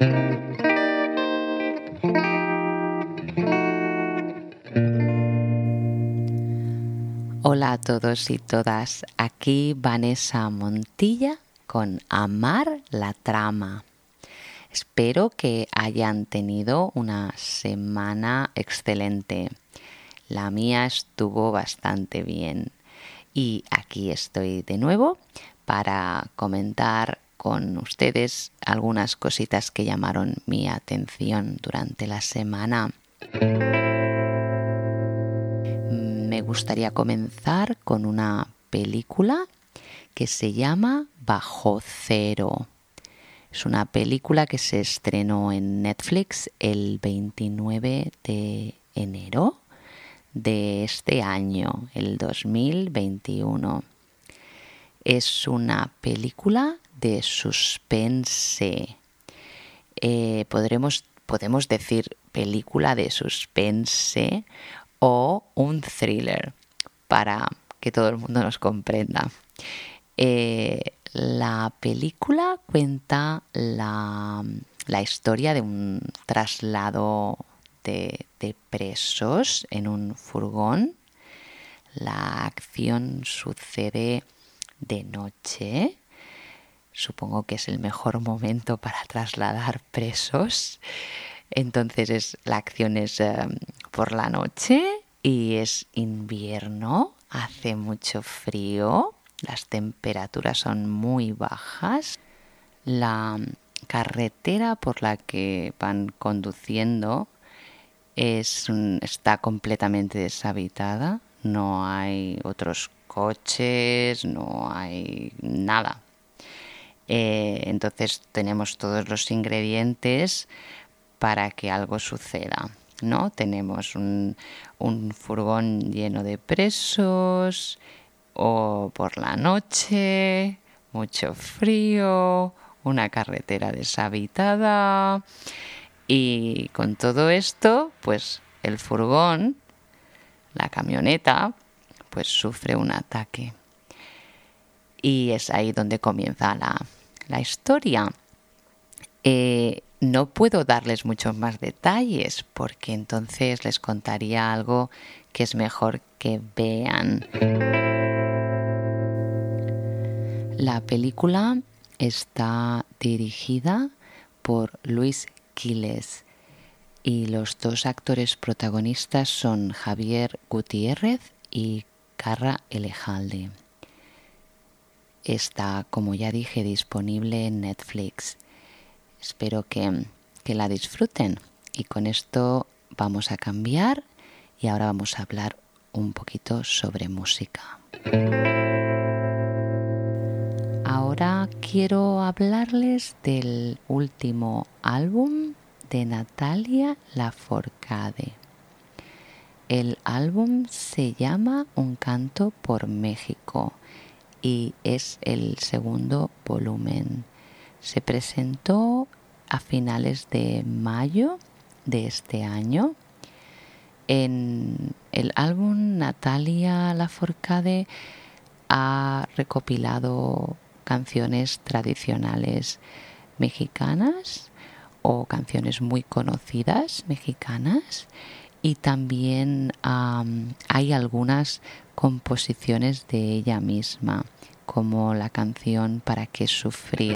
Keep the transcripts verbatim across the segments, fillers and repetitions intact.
Hola a todos y todas, aquí Vanessa Montilla con Amar la Trama. Espero que hayan tenido una semana excelente. La mía estuvo bastante bien y aquí estoy de nuevo para comentar con ustedes algunas cositas que llamaron mi atención durante la semana. Me gustaría comenzar con una película que se llama Bajo Cero. Es una película que se estrenó en Netflix el veintinueve de enero de este año, el dos mil veintiuno. Es una película de suspense. Eh, podremos, podemos decir película de suspense o un thriller, para que todo el mundo nos comprenda. Eh, la película cuenta la, la historia de un traslado de, de presos en un furgón. La acción sucede de noche. Supongo que es el mejor momento para trasladar presos. Entonces es, la acción es eh, por la noche y es invierno, hace mucho frío, las temperaturas son muy bajas. La carretera por la que van conduciendo es, está completamente deshabitada, no hay otros coches, no hay nada. Eh, entonces tenemos todos los ingredientes para que algo suceda, ¿no? Tenemos un, un furgón lleno de presos, o por la noche, mucho frío, una carretera deshabitada, y con todo esto, pues el furgón, la camioneta, pues sufre un ataque. Y es ahí donde comienza la, la historia. Eh, no puedo darles muchos más detalles porque entonces les contaría algo que es mejor que vean. La película está dirigida por Luis Quiles y los dos actores protagonistas son Javier Gutiérrez y Carra Elejalde. Está, como ya dije, disponible en Netflix. Espero que, que la disfruten. Y con esto vamos a cambiar y ahora vamos a hablar un poquito sobre música. Ahora quiero hablarles del último álbum de Natalia Lafourcade. El álbum se llama Un canto por México y es el segundo volumen. Se presentó a finales de mayo de este año. En el álbum Natalia Lafourcade ha recopilado canciones tradicionales mexicanas o canciones muy conocidas mexicanas y también um, hay algunas composiciones de ella misma, como la canción ¿Para qué sufrir?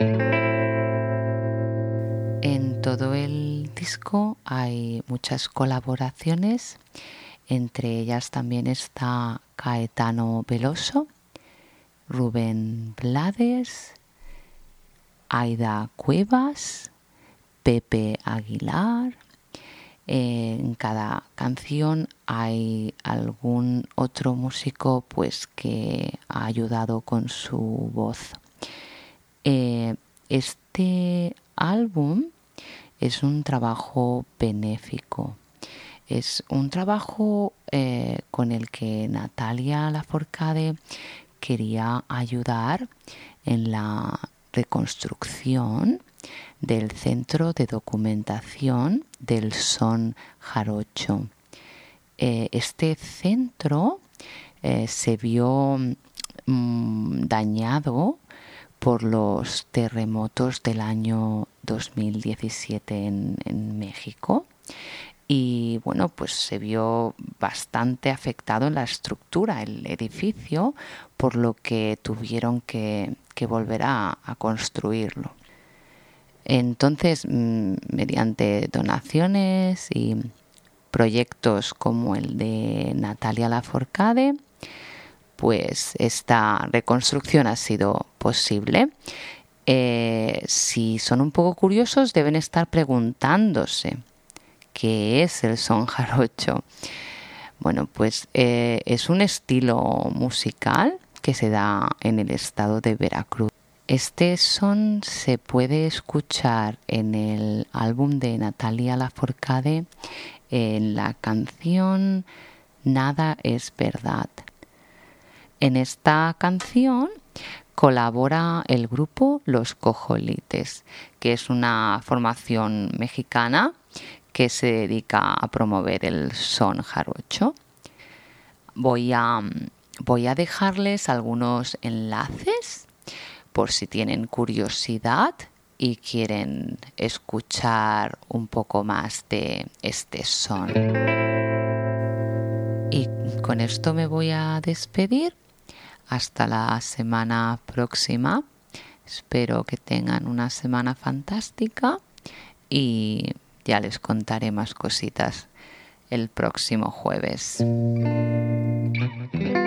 En todo el disco hay muchas colaboraciones, entre ellas también está Caetano Veloso, Rubén Blades, Aida Cuevas, Pepe Aguilar. En cada canción hay algún otro músico pues que ha ayudado con su voz. Eh, este álbum es un trabajo benéfico. Es un trabajo eh, con el que Natalia Lafourcade quería ayudar en la reconstrucción del Centro de Documentación del Son Jarocho. Eh, este centro eh, se vio mmm, dañado por los terremotos del año dos mil diecisiete en, en México. Y bueno, pues se vio bastante afectado en la estructura, el edificio, por lo que tuvieron que, que volver a, a construirlo. Entonces, mediante donaciones y proyectos como el de Natalia Lafourcade, pues esta reconstrucción ha sido posible. Eh, si son un poco curiosos, deben estar preguntándose ¿qué es el son jarocho? Bueno, pues eh, es un estilo musical que se da en el estado de Veracruz. Este son se puede escuchar en el álbum de Natalia Lafourcade en la canción Nada es verdad. En esta canción colabora el grupo Los Cojolites, que es una formación mexicana que se dedica a promover el son jarocho. Voy a, voy a dejarles algunos enlaces por si tienen curiosidad y quieren escuchar un poco más de este son. Y con esto me voy a despedir. Hasta la semana próxima. Espero que tengan una semana fantástica y ya les contaré más cositas el próximo jueves.